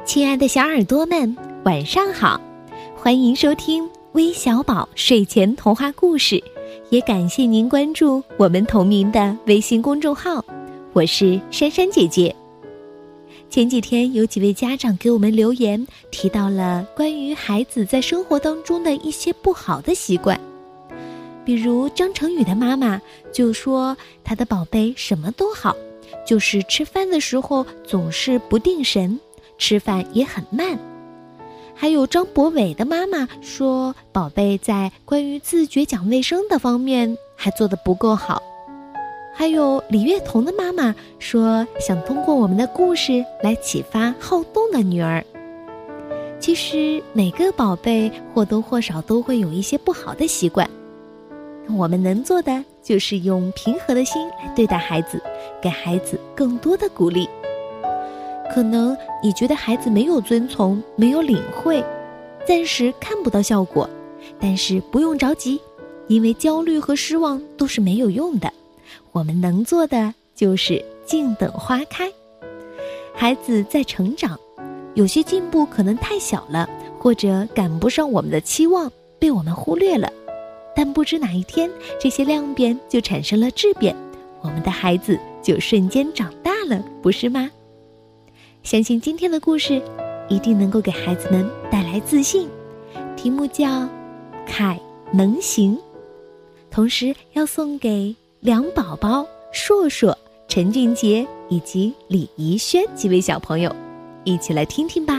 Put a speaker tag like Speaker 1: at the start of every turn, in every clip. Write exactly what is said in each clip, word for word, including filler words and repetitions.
Speaker 1: 亲爱的小耳朵们，晚上好，欢迎收听微小宝睡前童话故事，也感谢您关注我们同名的微信公众号，我是珊珊姐姐。前几天有几位家长给我们留言，提到了关于孩子在生活当中的一些不好的习惯。比如张成宇的妈妈就说他的宝贝什么都好，就是吃饭的时候总是不定神，吃饭也很慢。还有张博伟的妈妈说宝贝在关于自觉讲卫生的方面还做得不够好。还有李月彤的妈妈说想通过我们的故事来启发好动的女儿。其实每个宝贝或多或少都会有一些不好的习惯，我们能做的就是用平和的心来对待孩子，给孩子更多的鼓励。可能你觉得孩子没有遵从，没有领会，暂时看不到效果，但是不用着急，因为焦虑和失望都是没有用的。我们能做的就是静等花开。孩子在成长，有些进步可能太小了，或者赶不上我们的期望，被我们忽略了。但不知哪一天，这些量变就产生了质变，我们的孩子就瞬间长大了，不是吗？相信今天的故事一定能够给孩子们带来自信，题目叫《凯能行》，同时要送给梁宝宝、硕硕、陈俊杰以及李怡轩几位小朋友，一起来听听吧。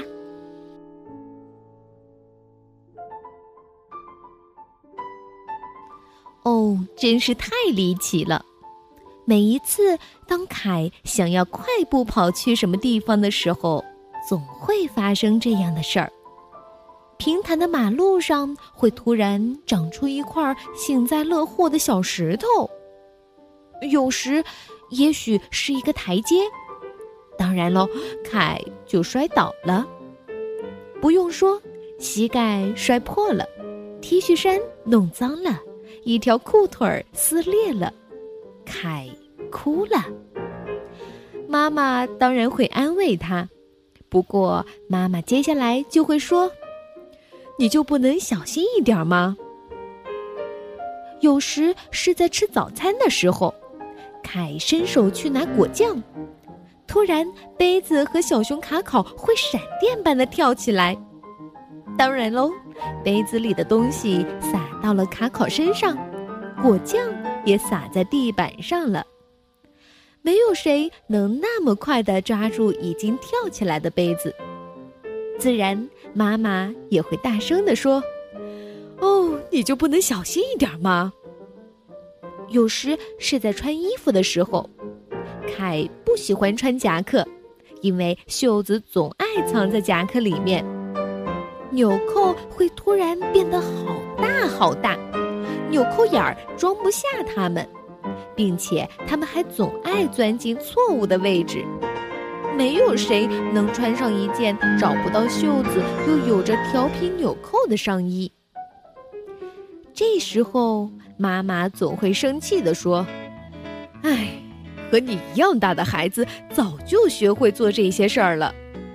Speaker 1: 哦，真是太离奇了。每一次当凯想要快步跑去什么地方的时候，总会发生这样的事儿。平坦的马路上会突然长出一块幸灾乐祸的小石头，有时也许是一个台阶，当然咯，凯就摔倒了。不用说，膝盖摔破了， T 恤衫弄脏了，一条裤腿撕裂了，凯哭了。妈妈当然会安慰他，不过妈妈接下来就会说，你就不能小心一点吗？有时是在吃早餐的时候，凯伸手去拿果酱，突然杯子和小熊卡考会闪电般的跳起来，当然喽，杯子里的东西洒到了卡考身上，果酱也洒在地板上了。没有谁能那么快地抓住已经跳起来的杯子，自然妈妈也会大声地说，哦，你就不能小心一点吗？有时是在穿衣服的时候，凯不喜欢穿夹克，因为袖子总爱藏在夹克里面，纽扣会突然变得好大好大，纽扣眼儿装不下它们，并且它们还总爱钻进错误的位置。没有谁能穿上一件找不到袖子又有着调皮纽扣的上衣。这时候妈妈总会生气地说，哎，和你一样大的孩子早就学会做这些事儿了。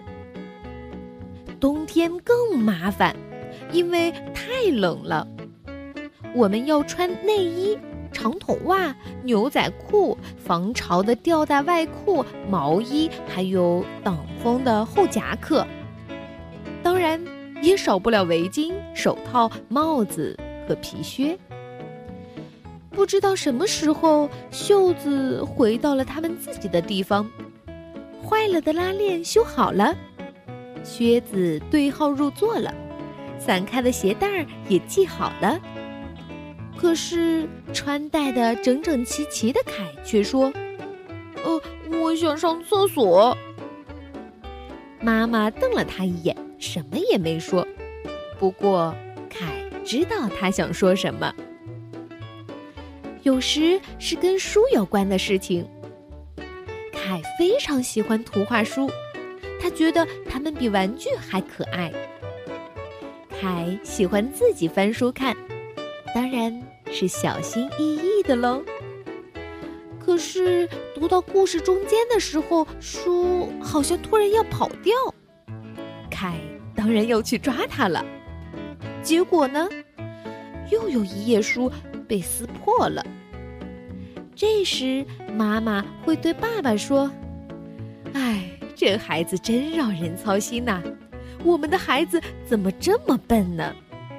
Speaker 1: 冬天更麻烦，因为太冷了，我们要穿内衣、长筒袜、牛仔裤、防潮的吊带外裤、毛衣，还有挡风的厚夹克，当然也少不了围巾、手套、帽子和皮靴。不知道什么时候，袖子回到了他们自己的地方，坏了的拉链修好了，靴子对号入座了，散开的鞋带也系好了。可是穿戴得整整齐齐的凯却说，呃，我想上厕所。妈妈瞪了他一眼，什么也没说。不过凯知道他想说什么。有时是跟书有关的事情，凯非常喜欢图画书，他觉得它们比玩具还可爱。凯喜欢自己翻书看，当然是小心翼翼的喽。可是读到故事中间的时候，书好像突然要跑掉， 凯当然要去抓它了。结果呢，又有一页书被撕破了。这时妈妈会对爸爸说：哎，这孩子真让人操心呐，我们的孩子怎么这么笨呢？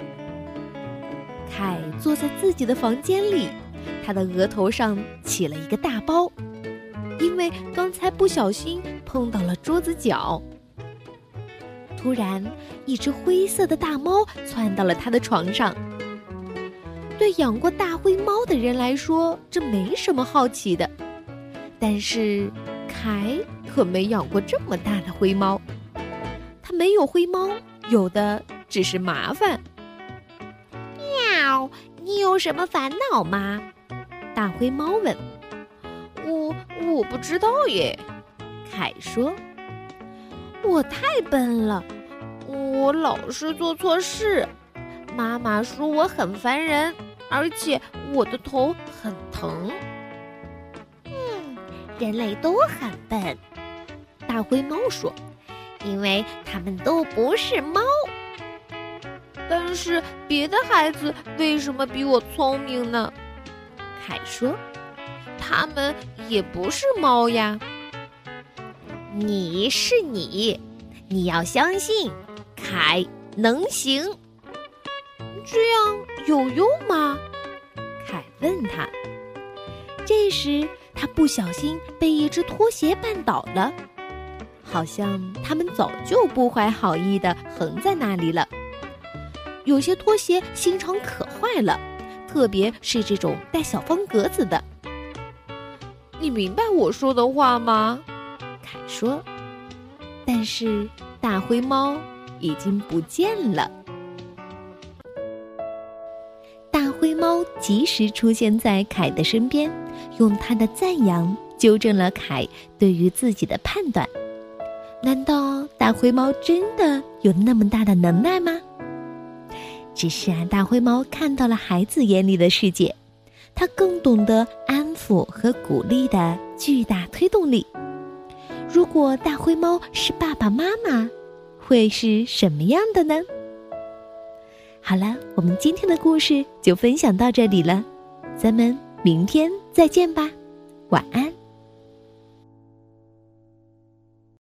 Speaker 1: 凯坐在自己的房间里，他的额头上起了一个大包，因为刚才不小心碰到了桌子角。突然，一只灰色的大猫窜到了他的床上。对养过大灰猫的人来说，这没什么好奇的，但是凯可没养过这么大的灰猫。他没有灰猫，有的只是麻烦。喵，你有什么烦恼吗？大灰猫问。我我不知道耶，凯说。我太笨了，我老是做错事，妈妈说我很烦人，而且我的头很疼。嗯，人类都很笨，大灰猫说，因为他们都不是猫。但是别的孩子为什么比我聪明呢？凯说，他们也不是猫呀。你是你，你要相信凯能行。这样有用吗？凯问他。这时他不小心被一只拖鞋绊倒了，好像他们早就不怀好意地横在那里了。有些拖鞋心肠可坏了，特别是这种带小方格子的。你明白我说的话吗？凯说。但是大灰猫已经不见了。大灰猫及时出现在凯的身边，用他的赞扬纠正了凯对于自己的判断。难道大灰猫真的有那么大的能耐吗？只是啊，大灰猫看到了孩子眼里的世界，它更懂得安抚和鼓励的巨大推动力。如果大灰猫是爸爸妈妈，会是什么样的呢？好了，我们今天的故事就分享到这里了，咱们明天再见吧，晚安。